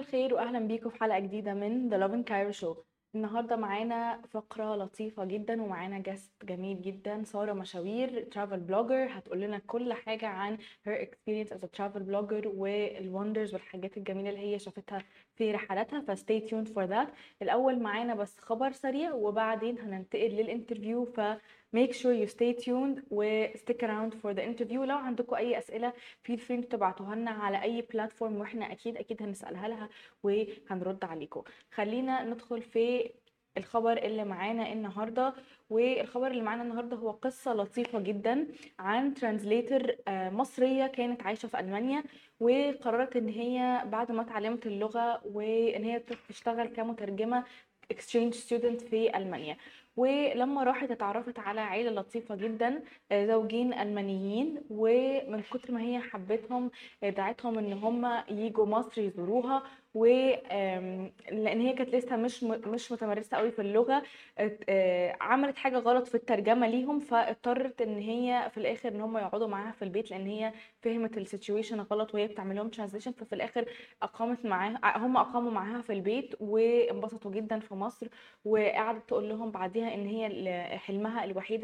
الخير واهلا بيكم في حلقه جديده من The Love in Cairo Show. النهارده معانا فقره لطيفه جدا ومعانا جاست جميل جدا، ساره مشاوير ترافل بلوجر، هتقول لنا كل حاجه عن her experience as a travel blogger والوندرز والحاجات الجميله اللي هي شافتها في رحلاتها. فستي tuned for that. الاول معانا بس خبر سريع وبعدين هننتقل للانترفيو، ف make sure you stay tuned و stick around for the interview. لو عندكم اي اسئله feel free تبعتوها لنا على اي بلاتفورم واحنا اكيد هنسالها لها وهنرد عليكم. خلينا ندخل في الخبر اللي معانا النهارده. والخبر اللي معانا النهارده هو قصه لطيفه جدا عن ترانزليتر مصريه كانت عايشه في المانيا، وقررت ان هي بعد ما اتعلمت اللغه وان هي تروح تشتغل كمترجمه exchange student في المانيا. ولما راحت اتعرفت على عيله لطيفه جدا، زوجين المانيين، ومن كتر ما هي حبتهم دعتهم ان هم يجوا مصر يزوروها. و لان هي كانت لسه مش متمرسه قوي في اللغه، عملت حاجه غلط في الترجمه ليهم، فاضطرت ان هي في الاخر ان هم يقعدوا معاها في البيت لان هي فهمت السيتويشن غلط وهي بتعمل لهم ترانزيشن. ففي الاخر هم اقاموا معاها في البيت وانبسطوا جدا في مصر. وقعدت تقول لهم بعديها ان هي حلمها الوحيد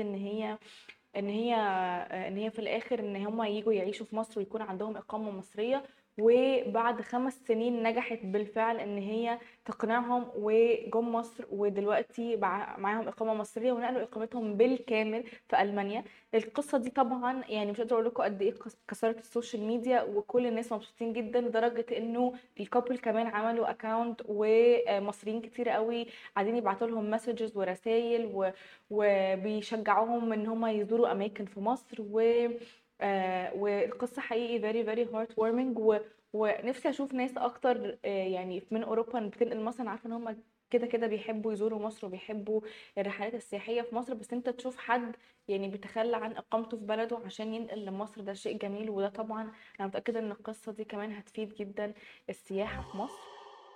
ان هي في الاخر ان هم ييجوا يعيشوا في مصر ويكون عندهم اقامه مصريه. وبعد 5 سنين نجحت بالفعل ان هي تقنعهم وجم مصر، ودلوقتي معاهم اقامه مصريه ونقلوا اقامتهم بالكامل في المانيا. القصه دي طبعا يعني مش قادره اقول لكم قد ايه كسرت السوشيال ميديا، وكل الناس مبسوطين جدا لدرجه انه الكابل كمان عملوا اكاونت، ومصريين كتير قوي قاعدين يبعتوا لهم مسجز ورسائل وبيشجعوهم ان هم يزوروا اماكن في مصر. والقصه حقيقي very very heartwarming. ونفسي اشوف ناس اكتر يعني من اوروبا بتنقل مصر. أنا عارفه ان هم كده كده بيحبوا يزوروا مصر وبيحبوا الرحلات السياحيه في مصر، بس انت تشوف حد يعني بيتخلى عن اقامته في بلده عشان ينقل لمصر، ده شيء جميل. وده طبعا انا متاكده ان القصه دي كمان هتفيد جدا السياحه في مصر.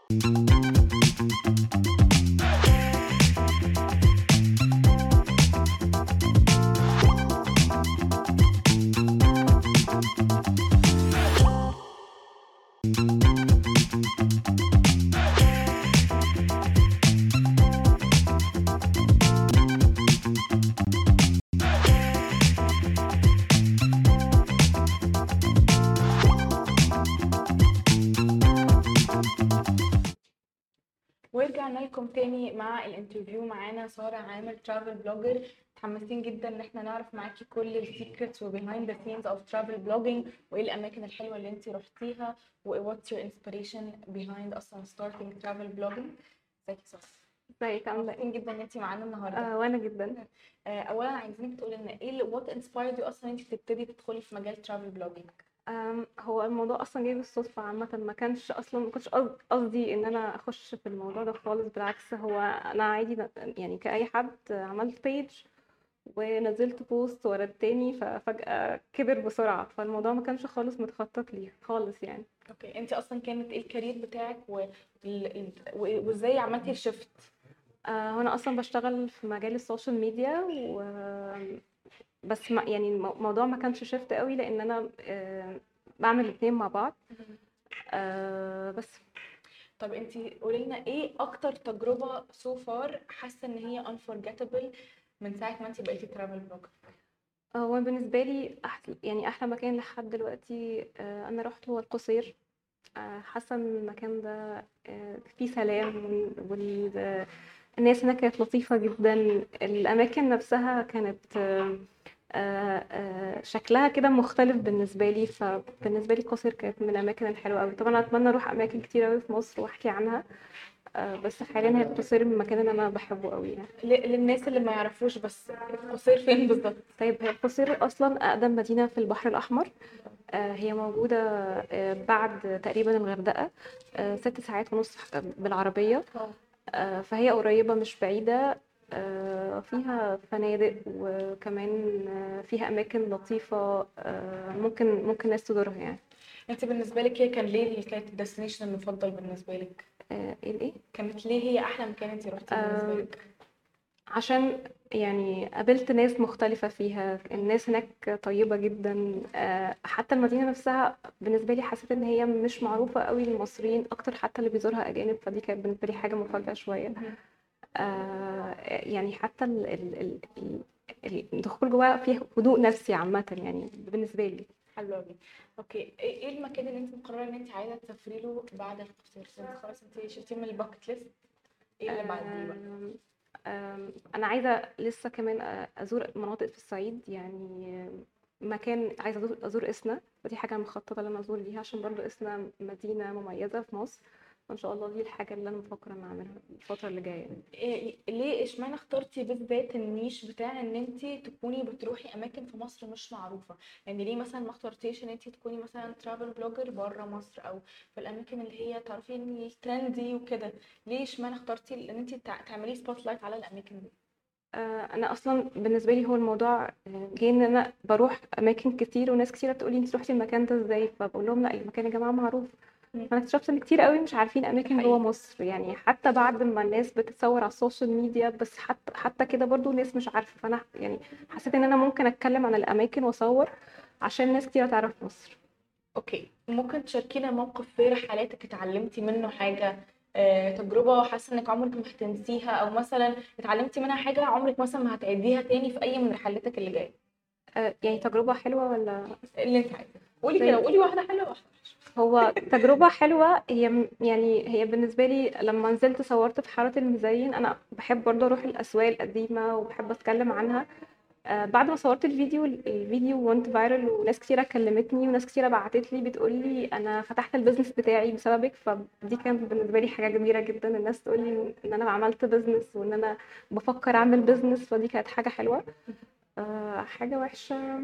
ورجعنا لكم تاني مع الانترفيو. معانا سارة عامر ترافل بلوجر. متحمسين جدا ان احنا نعرف معاكي كل السيكريتس وبيهايند ذا سينز اوف ترافل بلوجينج، وايه الاماكن الحلوه اللي انت رحتيها، واتس يور انسبيريشن بيهايند اصلا ستارتنج ترافل بلوجينج. ازيك يا سارة؟ ازيك عاملة ايه؟ مبسوطين جدا ان انت معانا النهارده. وانا جدا. اولا عايزينك تقولي لنا ايه وات انسبايرد يو اصلا انت تبتدي تدخلي في مجال ترافل بلوجينج. هو الموضوع اصلا جاي بالصدفة عامة، ما كنتش قصدي ان انا اخش في الموضوع ده خالص. بالعكس، هو انا عادي يعني كأي حد عملت بيج ونزلت بوست ورا التاني، ففجأة كبر بسرعة، فالموضوع ما كانش خالص متخطط ليه خالص يعني. اوكي، انت اصلا كانت ايه الكارير بتاعك وازاي عملتي الشيفت؟ هو انا اصلا بشتغل في مجال السوشيال ميديا بس ما يعني الموضوع ما كانش شيفت قوي، لان انا بعمل الاتنين مع بعض. بس طب انتي قولي لنا ايه اكتر تجربة سو فار حاسة ان هي unforgettable من ساعة ما انتي بقيتي ترافل بلوجر؟ هو بالنسبة لي أحلى مكان لحد دلوقتي أنا رحت هو القصير. حاسة إن المكان ده فيه سلام، والناس هناك كانت لطيفة جدا. الأماكن نفسها كانت شكلها كده مختلف بالنسبة لي، فبالنسبة لي القصير كانت من الأماكن الحلوة أوي. طبعا أتمنى أروح أماكن كتير أوي في مصر وأحكي عنها، بس حاليا هي القصير من المكان اللي أنا بحبه أوي يعني. للناس اللي ما يعرفوش بس القصير فين بالظبط؟ طيب، هي القصير أصلا أقدم مدينة في البحر الأحمر. هي موجودة بعد تقريبا الغردقة، 6 ساعات ونص بالعربية. فهي قريبة مش بعيدة. فيها فنادق، وكمان فيها أماكن لطيفة، ممكن ناس تزورها يعني. انتي بالنسبة لك هي كان ليه اللي كانت الديستنيشن المفضل بالنسبة لك؟ ايه الايه؟ كانت ليه هي احلى مكان انتي روحتيه بالنسبة آه، لك؟ عشان يعني قابلت ناس مختلفة فيها، الناس هناك طيبة جدا. حتى المدينة نفسها بالنسبة لي حسيت ان هي مش معروفة قوي للمصريين، اكتر حتى اللي بيزورها اجانب، فدي كانت بالنسبة لي حاجة مفاجأة شوية. يعني حتى الدخول جواها فيه هدوء نفسي عامة يعني بالنسبة لي. حلو قوي. اوكي، ايه المكان اللي انت مقرره ان انت عايزه تسافري له بعد القصير؟ انت خلاص انت شلتيه من الباكت ليست، ايه اللي بعديه بقى؟ آم، انا عايزه لسه كمان ازور مناطق في الصعيد يعني. مكان عايزه ازور اسنا، ودي حاجه مخططه ان انا ازور ليها عشان برضو اسنا مدينه مميزه في مصر، وان شاء الله دي الحاجه اللي انا بفكر ان اعملها الفتره اللي جايه. ليه اشمعنى اخترتي بالذات النيش بتاع ان انت تكوني بتروحي اماكن في مصر مش معروفه؟ يعني ليه مثلا ما اخترتيش ان انت تكوني مثلا ترافل بلوجر بره مصر او في الاماكن اللي هي تعرفي ان الترندي وكده؟ ليه اشمعنى اخترتي ان انت تعملي سبوت لايت على الاماكن دي؟ انا اصلا بالنسبه لي هو الموضوع جه ان انا بروح اماكن كتير، وناس كتيره تقول لي انت رحتي المكان ده ازاي، فبقول لهم لا المكان يا جماعه معروف. مم. فانا اكتشفت ان كتير قوي مش عارفين ده اماكن جوه حقيقي. مصر، يعني حتى بعد ما الناس بتتصور على السوشيال ميديا، بس حتى كده برضو الناس مش عارفه. فانا يعني حسيت ان انا ممكن اتكلم عن الاماكن واصور عشان ناس كتيره تعرف مصر. اوكي، ممكن تشاركينا موقف في رحلاتك اتعلمتي منه حاجة؟ تجربة حاسة انك عمرك ما هتنسيها، او مثلا اتعلمتي منها حاجة عمرك مثلا ما هتعيديها تاني في اي من رحلاتك اللي جاية؟ يعني تجربه حلوه ولا اللي انت عايزاه، قولي كده، زي؟ قولي واحدة حلوة واحدة وحشة. هو تجربة حلوة، هي يعني هي بالنسبة لي لما نزلت صورت في حارة المزين. أنا بحب برضه أروح الأسواق القديمة وبحب أتكلم عنها. بعد ما صورت الفيديو وانت فايرال، وناس كتيرة كلمتني وناس كتيرة بعتت لي بتقول لي أنا فتحت البيزنس بتاعي بسببك. فدي كانت بالنسبة لي حاجة كبيرة جدا، الناس تقول لي إن أنا عملت بيزنس وإن أنا بفكر أعمل بيزنس، فدي كانت حاجة حلوة. حاجة وحشة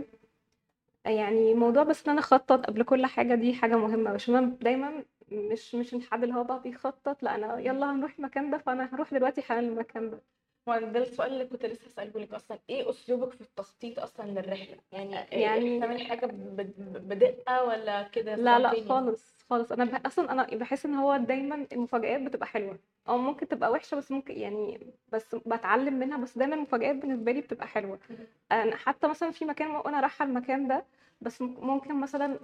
يعني موضوع بس ان انا اخطط قبل كل حاجه، دي حاجه مهمه، عشان انا دايما مش الحد اللي هو بقى بيخطط، لا انا يلا هنروح المكان ده فانا هروح دلوقتي حالا المكان ده. هو ده السؤال اللي كنت لسه هسأله لك اصلا، ايه اسلوبك في التخطيط اصلا للرحلة؟ يعني يعني بتعملي حاجة بدقة ولا كده لا سبونتينيوس؟ خالص خالص، انا اصلا انا بحس ان هو دايما المفاجآت بتبقى حلوه، او ممكن تبقى وحشه بس ممكن يعني بس بتعلم منها، بس دايما المفاجآت بالنسبه لي بتبقى حلوه. انا حتى مثلا في مكان وانا رايحه المكان ده، بس ممكن مثلا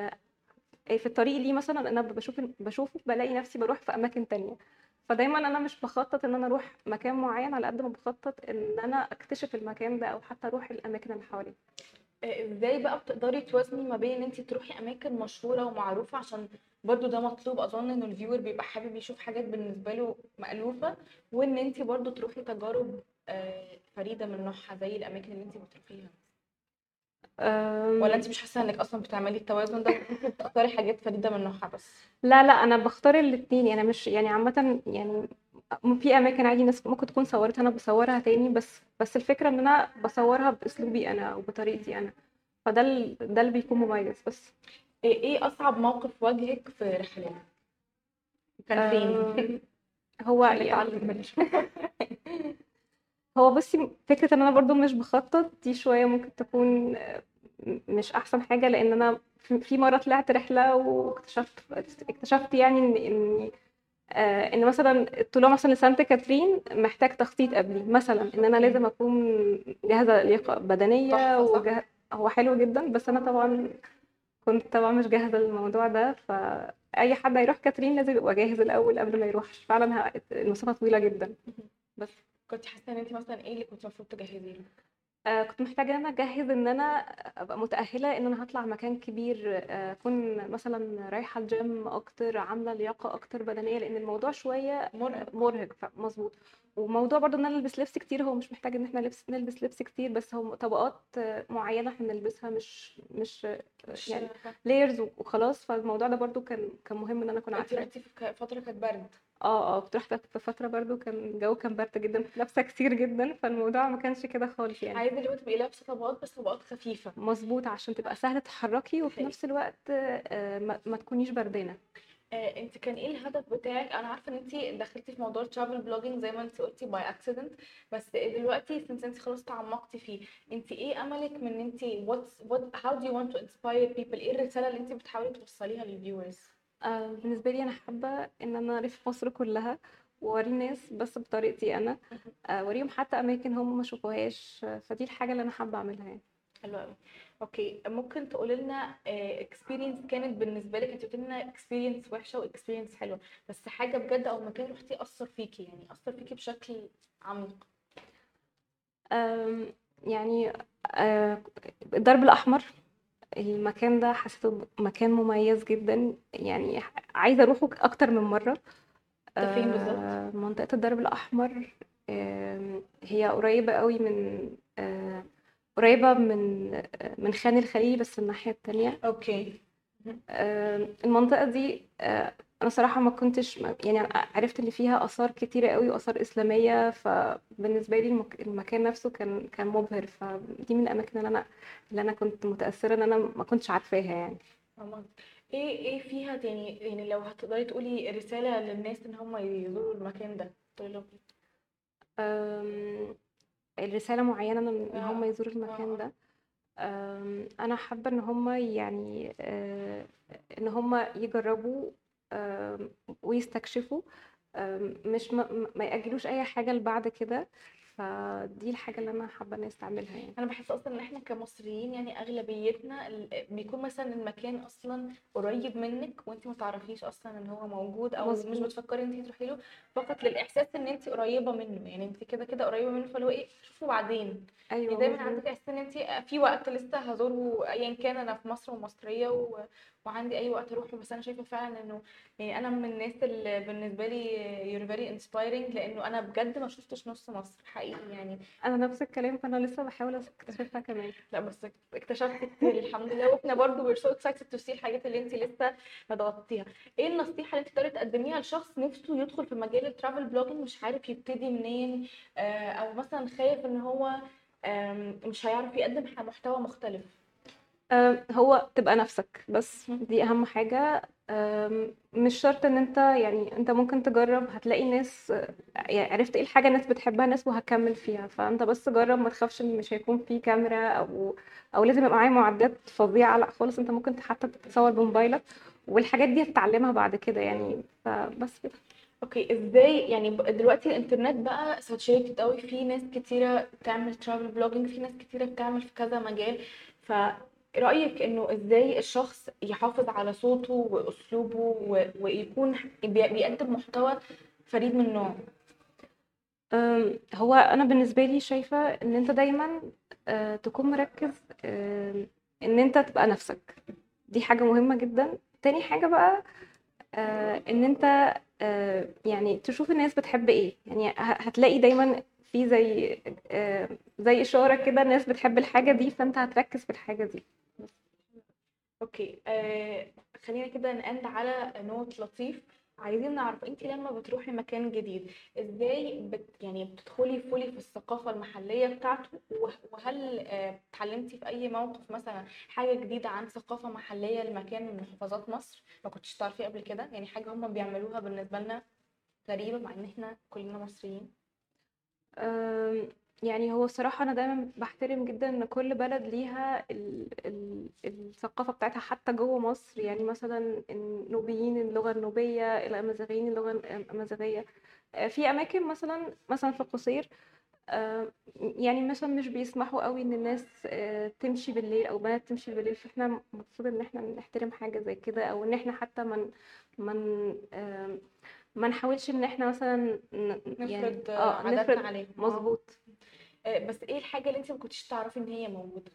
في الطريق ليه مثلا انا بشوفه بلاقي نفسي بروح في اماكن تانية. فدايما انا مش بخطط ان انا اروح مكان معين على قد ما بخطط ان انا اكتشف المكان ده او حتى اروح الاماكن اللي حواليه. ازاي بقى بتقدري توازني ما بين ان انت تروحي اماكن مشهوره ومعروفه، عشان برضو ده مطلوب، اظن ان الفيور بيبقى حابب يشوف حاجات بالنسبه له مألوفه، وان انت برضو تروحي تجارب فريده من نوعها زي الاماكن اللي انت بتروحيها؟ ولا أم، انت مش حاسه انك اصلا بتعملي التوازن ده وممكن تختاري حاجات فريده من نوعها بس؟ لا انا بختار الاتنين يعني، انا مش يعني عامه يعني في اماكن عادي ناس ممكن تكون صورتها انا بصورها تاني، بس الفكره ان انا بصورها باسلوبي انا وبطريقتي انا، فده ده اللي بيكون مميز بس. ايه اصعب موقف واجهك في رحلتك؟ كان فين؟ أم، هو عشان يعني نتعلم منه. هو بصي فكرة ان انا برضو مش بخطط دي شوية ممكن تكون مش احسن حاجة، لان انا في مرة طلعت رحلة واكتشفت يعني ان مثلا الطلوع مثلا لسانت كاترين محتاج تخطيط قبلي، مثلا ان انا اوكي. لازم اكون جاهزة لياقة بدنية تحفه، صح. هو حلو جدا، بس انا طبعا كنت طبعا مش جاهزة للموضوع ده. فأي حد هيروح كاترين لازم يبقى جاهز الأول قبل ما يروح، فعلا المسافة طويلة جدا. بس كنت حاسه ان انت مثلا ايه اللي كنت المفروض تجهزي له؟ كنت محتاجة ان انا اجهز ان انا ابقى متأهلة ان انا هطلع مكان كبير، اكون مثلا رايحة الجيم اكتر، عاملة لياقة اكتر بدنية، لان الموضوع شوية مرهق. مرهق. مظبوط. وموضوع برضو ان انا البس لبس كتير، هو مش محتاج ان احنا نلبس لبس كتير، بس هو طبقات معينة احنا نلبسها، مش مش يعني لايرز وخلاص. فالموضوع ده برضو كان مهم ان انا اكون انت عارفاه. رحتي في فتره كانت برد؟ كنت رحت في فترة برضو كان الجو كان برد جدا، كنت لابسة كتير جدا، فالموضوع ما كانش كده خالص يعني. عايزه اللي هو تبقي لابسه طبقات بس طبقات خفيفه. مظبوط، عشان تبقى سهلة تتحركي وفي حقيقي. نفس الوقت ما تكونيش بردانة. انت كان ايه الهدف بتاعك؟ انا عارفه ان انت دخلتي في موضوع الترافل بلوجينج زي ما انت قلتي باي اكسيدنت، بس دلوقتي since انت خلاص تعمقتي فيه، انت ايه املك من ان انت how do you want to inspire people؟ ايه الرساله اللي انت بتحاولي توصليها للفيورز؟ بالنسبة لي أنا حابة إن أنا ألف مصر كلها، واوري الناس بس بطريقتي انا، اوريهم حتى اماكن هم ما شافوهاش. فدي الحاجه اللي انا حابه اعملها يعني. حلو قوي. اوكي، ممكن تقولي لنا اكسبيرينس كانت بالنسبه لك؟ انت قلت لنا اكسبيرينس وحشه واكسبيرينس حلوه، بس حاجه بجد او مكان رحتي اثر فيكي، يعني اثر فيكي بشكل عميق. أم، يعني أه، الدرب الاحمر، المكان ده حسيته مكان مميز جدا، يعني عايزه اروحه اكتر من مره. ده فين بالظبط؟ منطقه الدرب الاحمر هي قريبه قوي من قريبه من خان الخليلي بس الناحيه التانية. اوكي. المنطقة دي أنا صراحة ما كنتش يعني عرفت إن فيها آثار كتيرة قوي وآثار إسلامية، فبالنسبة لي المكان نفسه كان مبهر. فدي من الأماكن اللي أنا كنت متأثرة إن أنا ما كنتش عارفاها يعني. فاهمة. ايه فيها يعني لو هتقدري تقولي رساله للناس ان هم يزوروا المكان ده تقولي لهم أم، الرسالة معينة إيه؟ إن هم يزوروا اه المكان اه. ده. أنا حابة إن هم يعني إن هم يجربوا ويستكشفوا، مش ما يأجلوش أي حاجة لبعد كده. فدي الحاجة اللي أنا حابة الناس تعملها يعني. انا بحس اصلا ان احنا كمصريين يعني اغلبيتنا بيكون مثلا المكان اصلا قريب منك وانت ما تعرفيش اصلا ان هو موجود، او مش مظبوط. بتفكري ان انت تروحي له فقط للاحساس ان انت قريبه منه، يعني انت كده كده قريبه منه، فاللي هو ايه شوفوا بعدين. يعني أيوة دايما مظبوط. عندك احساس ان انت في وقت لسه هزوره ايا كان، انا في مصر ومصريه وعندي اي وقت اروحه. بس انا شايفه فعلا انه يعني انا من الناس اللي بالنسبه لي you're very inspiring، لانه انا بجد ما شفتش نص مصر حقيقي يعني. أنا نفس الكلام، فأنا لسه بحاول أستكشفها كمان. لا بس اكتشفت كتير الحمد لله، واحنا برضو we're so excited to see الحاجات اللي انت لسه متغطيها. ايه النصيحة اللي انت تقدري تقدميها لشخص نفسه يدخل في مجال الترافل بلوجينج مش عارف يبتدي منين، او مثلا خايف ان هو مش هيعرف يقدم محتوى مختلف؟ هو تبقى نفسك بس، مهم. دي اهم حاجة. مش شرط ان انت يعني انت ممكن تجرب هتلاقي ناس، يعني عرفت ايه الحاجة الناس بتحبها ناس وهكمل فيها. فانت بس جرب، ما تخافش ان مش هيكون في كاميرا او لازم يبقى معايا معدات فظيعة، لا خالص، انت ممكن حتى تتصور بموبايلك والحاجات دي هتتعلمها بعد كده يعني. فبس كده. اوكي، ازاي يعني دلوقتي الانترنت بقى ساتوريتد قوي، في ناس كتيره بتعمل ترافل بلوجينج، في ناس كتيره بتعمل في كذا مجال. فرأيك انه ازاي الشخص يحافظ على صوته واسلوبه ويكون بيقدم محتوى فريد من نوعه؟ هو انا بالنسبة لي شايفة ان انت دايما تكون مركز، ان انت تبقى نفسك. دي حاجة مهمة جدا. تاني حاجة بقى ان انت يعني تشوف الناس بتحب ايه. يعني هتلاقي دايما في زي اشارة كده، الناس بتحب الحاجة دي فانت هتركز في الحاجة دي. اوكي، خلينا كده نend على نوت لطيف. عايزين نعرف انت لما بتروحي مكان جديد ازاي يعني بتدخلي فولي في الثقافة المحلية بتاعته، وهل اتعلمتي في اي موقف مثلا حاجة جديدة عن ثقافة محلية لمكان من محافظات مصر ما كنتش تعرفيه قبل كده؟ يعني حاجة هم بيعملوها بالنسبة لنا غريبة مع ان احنا كلنا مصريين. أم، يعني هو الصراحة أنا دايما بحترم جدا إن كل بلد ليها الثقافة بتاعتها حتى جوه مصر. يعني مثلا النوبيين اللغة النوبية، الأمازيغيين اللغة الأمازيغية. في أماكن مثلا في القصير، يعني مثلا مش بيسمحوا قوي إن الناس تمشي بالليل أو بنات تمشي بالليل. فإحنا المفروض إن إحنا نحترم حاجة زي كده، أو إن إحنا حتى من ما نحاولش ان احنا مثلا يعني نفرض عاداتنا نفرض. عليهم. اه. مظبوط. بس ايه الحاجة اللي انت ما كنتش تعرفي ان هي موجودة،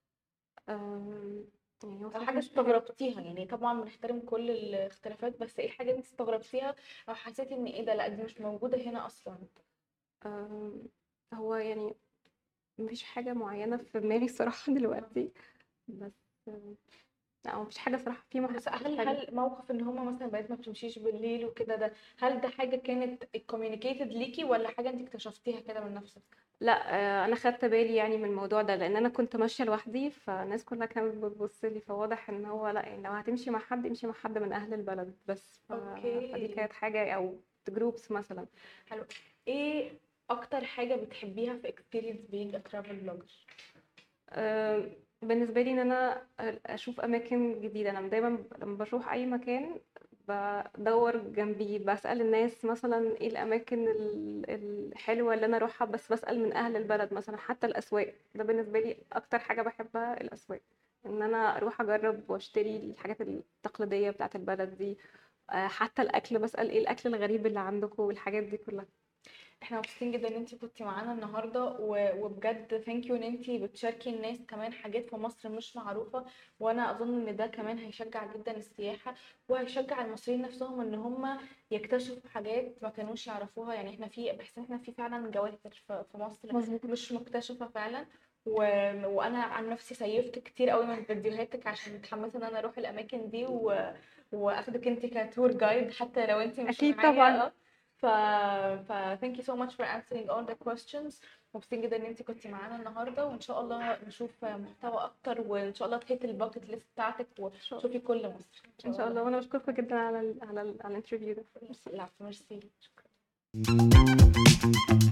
أم، يعني هو او صراحة حاجه مش في حاجة. استغربتيها؟ يعني طبعا بنحترم كل الاختلافات، بس ايه الحاجه اللي انت استغربتيها او حسيتي ان ايه ده، لا دي مش موجوده هنا اصلا؟ أم، هو يعني مفيش حاجة معينة في دماغي الصراحة دلوقتي. بس لا، هو مفيش حاجة صراحة بس مفيش هل حاجة. هل موقف ان هما مثلا بقيت ما بتمشيش بالليل وكده، ده هل ده حاجه كانت communicated ليكي ولا حاجه انت اكتشفتيها كده من نفسك؟ لا، انا خدت بالي يعني من الموضوع ده لان انا كنت ماشية لوحدي، فالناس كلها كانت بتبص لي. فواضح ان هو لا، يعني لو هتمشي مع حد امشي مع حد من اهل البلد بس. فدي اوكي. كانت حاجة، او جروبس مثلا. حلو. ايه اكتر حاجه بتحبيها في experience being a travel blogger؟ بالنسبة لي ان انا اشوف اماكن جديدة. انا دايما لما بروح اي مكان بدور جنبي، بسأل الناس مثلا ايه الاماكن الحلوه اللي انا اروحها، بس بسأل من اهل البلد مثلا. حتى الاسواق ده بالنسبه لي اكتر حاجه بحبها، الاسواق، ان انا اروح اجرب واشتري الحاجات التقليديه بتاعه البلد دي. حتى الاكل بسأل ايه الاكل الغريب اللي عندكم والحاجات دي كلها. احنا مبسوطين جدا ان انت كنتي معانا النهارده وبجد ثانك يو ان انت بتشاركي الناس كمان حاجات في مصر مش معروفه. وانا اظن ان ده كمان هيشجع جدا السياحه، وهيشجع المصريين نفسهم ان هم يكتشفوا حاجات ما كانوش يعرفوها. يعني احنا بحس ان احنا في فعلا جواهر في مصر مظبوط. مش مكتشفه فعلا. و... وانا عن نفسي سيفت كتير قوي من فيديوهاتك عشان متحمسه ان انا اروح الاماكن دي واخدك انت كتور جايد حتى لو انت مش اكيد معايا. طبعا. ف thank you so much for answering all the questions. مبسوطين جدا ان انت كنتي معانا النهارده، وان شاء الله نشوف محتوى اكتر، وان شاء الله تهيت الباكت ليست بتاعتك ان شاء الله. وتشوفي كل مصر ان ان شاء شاء الله. الله. وانا بشكركم جدا على الانترفيو ده. لا ميرسي.